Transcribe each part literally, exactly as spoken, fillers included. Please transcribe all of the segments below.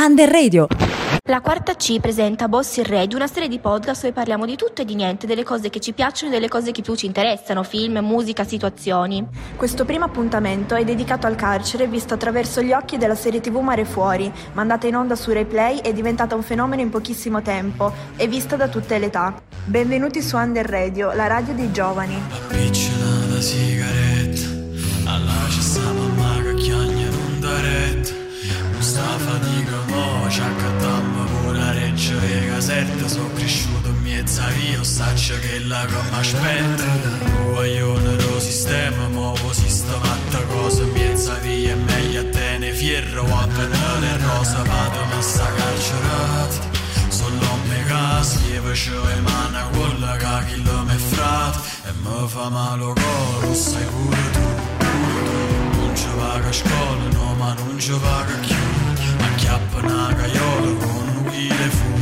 Under Radio. La quarta C presenta Boss in Radio, una serie di podcast dove parliamo di tutto e di niente, delle cose che ci piacciono e delle cose che più ci interessano, film, musica, situazioni. Questo primo appuntamento è dedicato al carcere visto attraverso gli occhi della serie tivù Mare Fuori, mandata in onda su Rai Play e diventata un fenomeno in pochissimo tempo e vista da tutte le età. Benvenuti su Under Radio, la radio dei giovani. Appicciona la sigaretta, alla c'è sta mamma che chiagna non da retta, non sta fatica mo, ci accattammo pure la reggia e casetta, sono cresciuto in mezzo a via, saccia che la che m'aspetta, un guaglione do sistema, muovo sistematta cosa, in mezzo a via è meglio a te ne fierro, a penale rosa, vado ma sta carcerata. Solo me casi e facevo le mani a quella che chi lo me frate e mi fa male lo colo, sai pure tu, pure tu. Non ci vaga a scuola, no ma non ci vaga a chiù, acchiappa una caiola con un chile fu.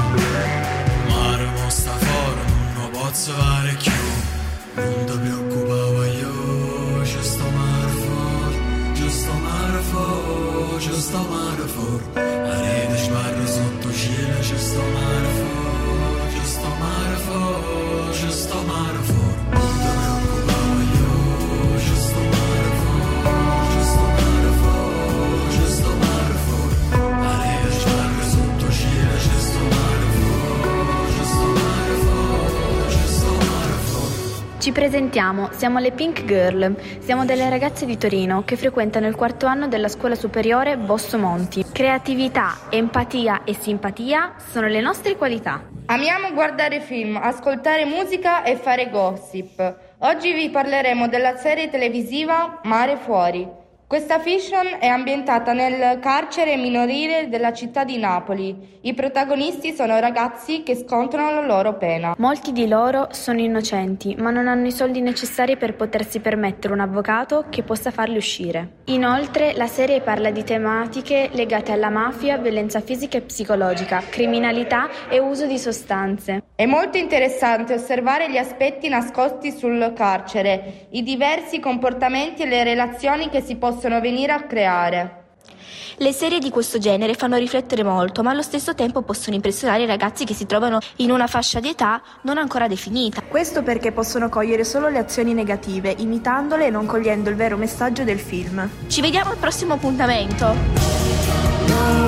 Mare mo sta fuori, non lo posso fare più, non ti preoccupare io, ci sto mare fuori, ci sto mare fuori, ci sto mare fuori. La rete sbarra sotto cielo, ci sto mare fuori, ci sto mare fuori, ci sto mare fuori. Non ti preoccupare io, ci sto mare fuori, ci sto mare fuori, ci sto mare fuori. La rete sbarra sotto cielo, ci sto mare fuori, ci sto mare fuori, ci sto mare fuori. Ci presentiamo, siamo le Pink Girl, siamo delle ragazze di Torino che frequentano il quarto anno della scuola superiore Bosso Monti. Creatività, empatia e simpatia sono le nostre qualità. Amiamo guardare film, ascoltare musica e fare gossip. Oggi vi parleremo della serie televisiva Mare Fuori. Questa fiction è ambientata nel carcere minorile della città di Napoli. I protagonisti sono ragazzi che scontano la loro pena. Molti di loro sono innocenti, ma non hanno i soldi necessari per potersi permettere un avvocato che possa farli uscire. Inoltre, la serie parla di tematiche legate alla mafia, violenza fisica e psicologica, criminalità e uso di sostanze. È molto interessante osservare gli aspetti nascosti sul carcere, i diversi comportamenti e le relazioni che si possono venire a creare. Le serie di questo genere fanno riflettere molto, ma allo stesso tempo possono impressionare i ragazzi che si trovano in una fascia di età non ancora definita. Questo perché possono cogliere solo le azioni negative, imitandole e non cogliendo il vero messaggio del film. Ci vediamo al prossimo appuntamento!